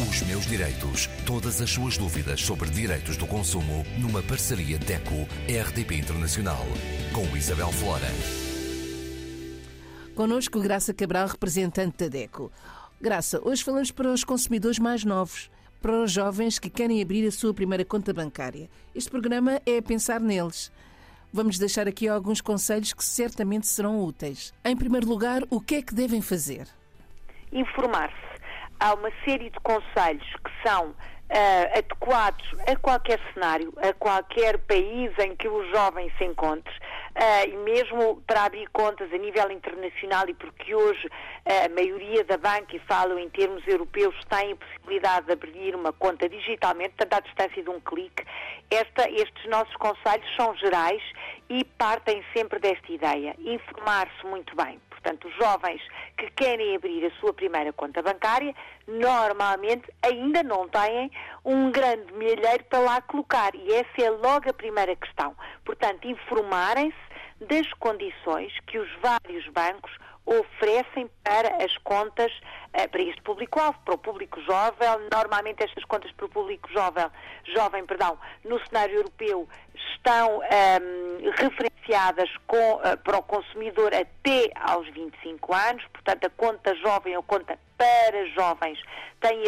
Os meus direitos. Todas as suas dúvidas sobre direitos do consumo numa parceria DECO-RDP Internacional. Com Isabel Flora. Connosco Graça Cabral, representante da DECO. Graça, hoje falamos para os consumidores mais novos, para os jovens que querem abrir a sua primeira conta bancária. Este programa é a pensar neles. Vamos deixar aqui alguns conselhos que certamente serão úteis. Em primeiro lugar, o que é que devem fazer? Informar-se. Há uma série de conselhos que são adequados a qualquer cenário, a qualquer país em que o jovem se encontre, e mesmo para abrir contas a nível internacional, e porque hoje a maioria da banca, e falo em termos europeus, tem a possibilidade de abrir uma conta digitalmente, portanto à distância de um clique. Estes nossos conselhos são gerais e partem sempre desta ideia: informar-se muito bem. Portanto, os jovens que querem abrir a sua primeira conta bancária, normalmente ainda não têm um grande milheiro para lá colocar. E essa é logo a primeira questão. Portanto, informarem-se das condições que os vários bancos oferecem para as contas, para este público-alvo, para o público jovem. Normalmente estas contas para o público jovem, no cenário europeu estão referenciadas para o consumidor até aos 25 anos, portanto a conta jovem ou conta para jovens tem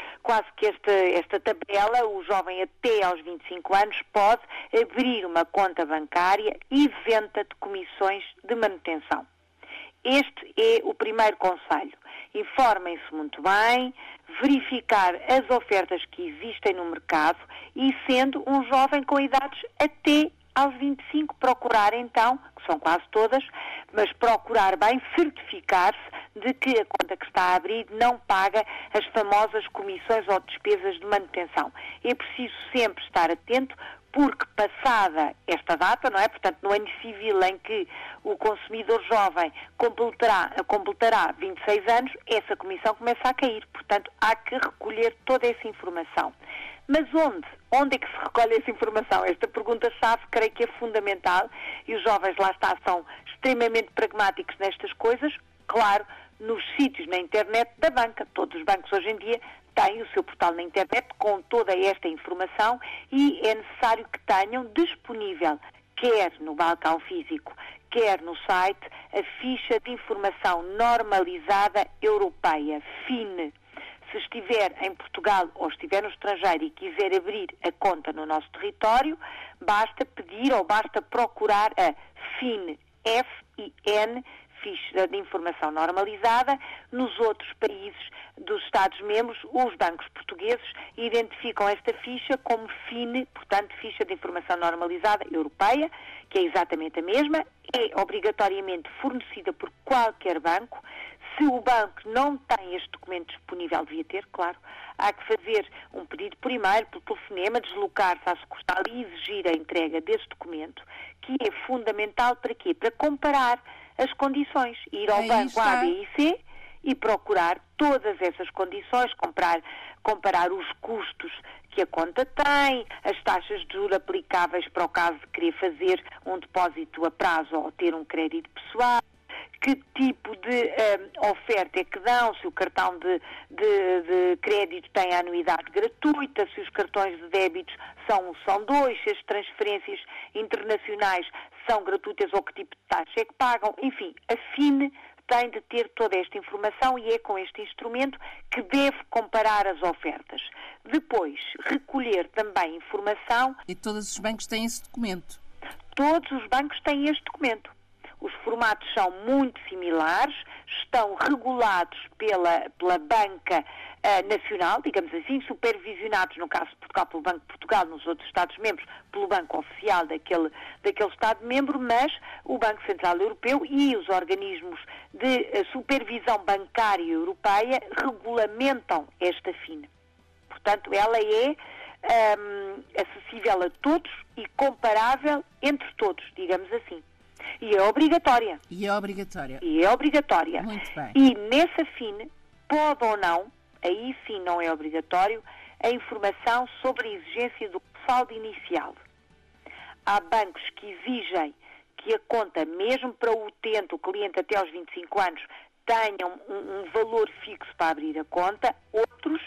esta tabela. O jovem até aos 25 anos pode abrir uma conta bancária isenta de comissões de manutenção. Este é o primeiro conselho. Informem-se muito bem, verificar as ofertas que existem no mercado e, sendo um jovem com idades até aos 25, procurar então, que são quase todas, mas procurar bem certificar-se de que a conta que está a abrir não paga as famosas comissões ou despesas de manutenção. É preciso sempre estar atento, porque passada esta data, não é? Portanto, no ano civil em que o consumidor jovem completará 26 anos, essa comissão começa a cair. Portanto, há que recolher toda essa informação. Mas onde? Onde é que se recolhe essa informação? Esta pergunta-chave creio que é fundamental, e os jovens, lá está, são extremamente pragmáticos nestas coisas. Claro, nos sítios na internet da banca. Todos os bancos hoje em dia têm o seu portal na internet com toda esta informação, e é necessário que tenham disponível, quer no balcão físico, quer no site, a ficha de informação normalizada europeia, FIN. Se estiver em Portugal ou estiver no estrangeiro e quiser abrir a conta no nosso território, basta pedir ou basta procurar a FIN, F-I-N, ficha de informação normalizada. Nos outros países dos Estados-membros, os bancos portugueses identificam esta ficha como FIN, portanto, ficha de informação normalizada europeia, que é exatamente a mesma, é obrigatoriamente fornecida por qualquer banco. Se o banco não tem este documento disponível, devia ter, claro, há que fazer um pedido por e-mail, por telefonema, deslocar-se à sucursal e exigir a entrega desse documento, que é fundamental para quê? Para comparar as condições, ir ao banco A, B e C e procurar todas essas condições, comparar os custos que a conta tem, as taxas de juros aplicáveis para o caso de querer fazer um depósito a prazo ou ter um crédito pessoal, que tipo de oferta é que dão, se o cartão de crédito tem a anuidade gratuita, se os cartões de débitos são dois, se as transferências internacionais são gratuitas ou que tipo de taxa é que pagam. Enfim, a FIN tem de ter toda esta informação e é com este instrumento que deve comparar as ofertas. Depois, recolher também informação. E todos os bancos têm esse documento? Todos os bancos têm este documento. Os formatos são muito similares, estão regulados pela banca nacional, digamos assim, supervisionados, no caso de Portugal, pelo Banco de Portugal, nos outros Estados-membros, pelo banco oficial daquele Estado-membro, mas o Banco Central Europeu e os organismos de supervisão bancária europeia regulamentam esta FIN. Portanto, ela é acessível a todos e comparável entre todos, digamos assim. E é obrigatória. Muito bem. E nessa FIN, pode ou não, aí sim não é obrigatório, a informação sobre a exigência do saldo inicial. Há bancos que exigem que a conta, mesmo para o utente, o cliente até aos 25 anos, tenha um valor fixo para abrir a conta. Outros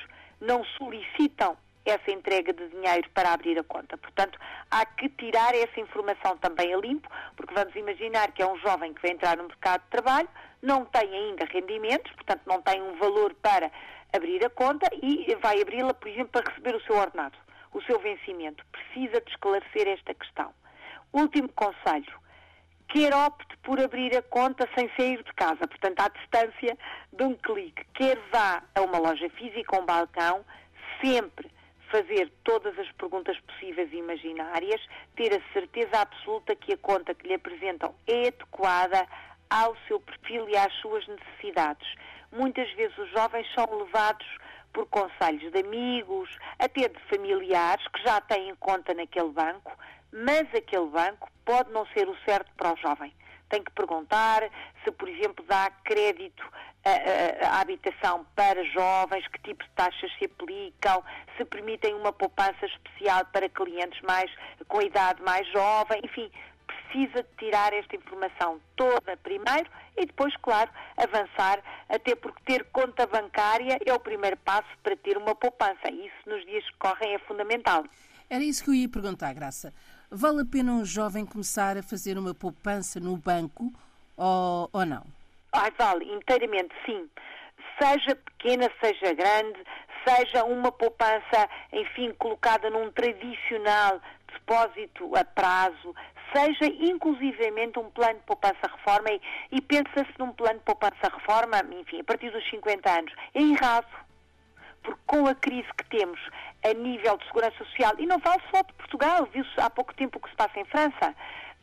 não solicitam essa entrega de dinheiro para abrir a conta. Portanto, há que tirar essa informação também a limpo, porque vamos imaginar que é um jovem que vai entrar no mercado de trabalho, não tem ainda rendimentos, portanto não tem um valor para abrir a conta e vai abri-la, por exemplo, para receber o seu ordenado, o seu vencimento. Precisa de esclarecer esta questão. Último conselho. Quer opte por abrir a conta sem sair de casa, portanto à distância de um clique. Quer vá a uma loja física, a um balcão, sempre fazer todas as perguntas possíveis e imaginárias, ter a certeza absoluta que a conta que lhe apresentam é adequada ao seu perfil e às suas necessidades. Muitas vezes os jovens são levados por conselhos de amigos, até de familiares que já têm conta naquele banco, mas aquele banco pode não ser o certo para o jovem. Tem que perguntar se, por exemplo, dá crédito à habitação para jovens, que tipo de taxas se aplicam, se permitem uma poupança especial para clientes com a idade mais jovem, enfim, precisa de tirar esta informação toda primeiro e depois, claro, avançar, até porque ter conta bancária é o primeiro passo para ter uma poupança. Isso nos dias que correm é fundamental. Era isso que eu ia perguntar, Graça. Vale a pena um jovem começar a fazer uma poupança no banco ou não? Vale, inteiramente sim. Seja pequena, seja grande, seja uma poupança, enfim, colocada num tradicional depósito a prazo, seja inclusivamente um plano de poupança-reforma e pensa-se num plano de poupança-reforma, enfim, a partir dos 50 anos. É errado, porque com a crise que temos a nível de segurança social, e não falo só de Portugal, viu-se há pouco tempo o que se passa em França,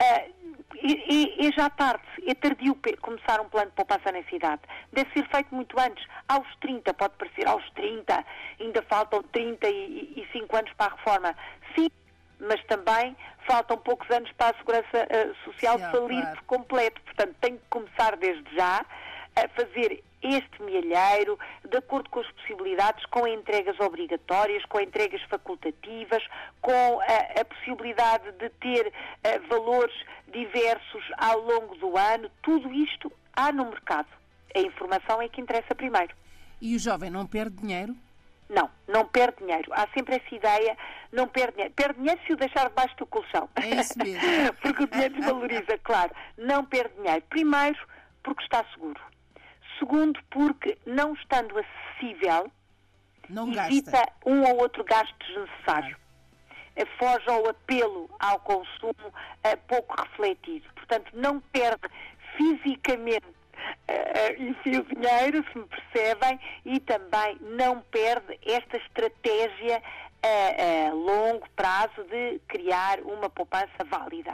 é já tarde, é tardio começar um plano de poupança nessa idade. Deve ser feito muito antes, aos 30, pode parecer, aos 30, ainda faltam 35 anos para a reforma. Sim, mas também faltam poucos anos para a segurança social falir por completo. Portanto, tem que começar desde já a fazer este milheiro, de acordo com as possibilidades, com entregas obrigatórias, com entregas facultativas, com a possibilidade de ter valores diversos ao longo do ano. Tudo isto há no mercado. A informação é que interessa primeiro. E o jovem não perde dinheiro? Não perde dinheiro. Há sempre essa ideia, não perde dinheiro. Perde dinheiro se o deixar debaixo do colchão. É isso mesmo. Porque o dinheiro desvaloriza, claro. Não perde dinheiro. Primeiro, porque está seguro. Segundo, porque não estando acessível, evita um ou outro gasto desnecessário. Foge ao apelo ao consumo pouco refletido. Portanto, não perde fisicamente enfim, o dinheiro, se me percebem, e também não perde esta estratégia a longo prazo de criar uma poupança válida.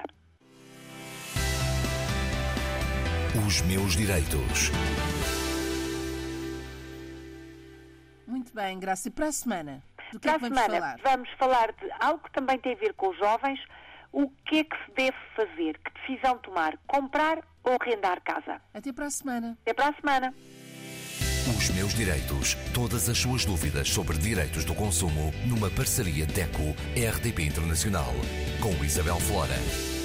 Os meus direitos. Muito bem, Graça. E para a semana? Do que é que vamos falar? Vamos falar de algo que também tem a ver com os jovens. O que é que se deve fazer? Que decisão tomar? Comprar ou arrendar casa? Até para a semana. Até para a semana. Os meus direitos. Todas as suas dúvidas sobre direitos do consumo numa parceria DECO-RDP Internacional com Isabel Flora.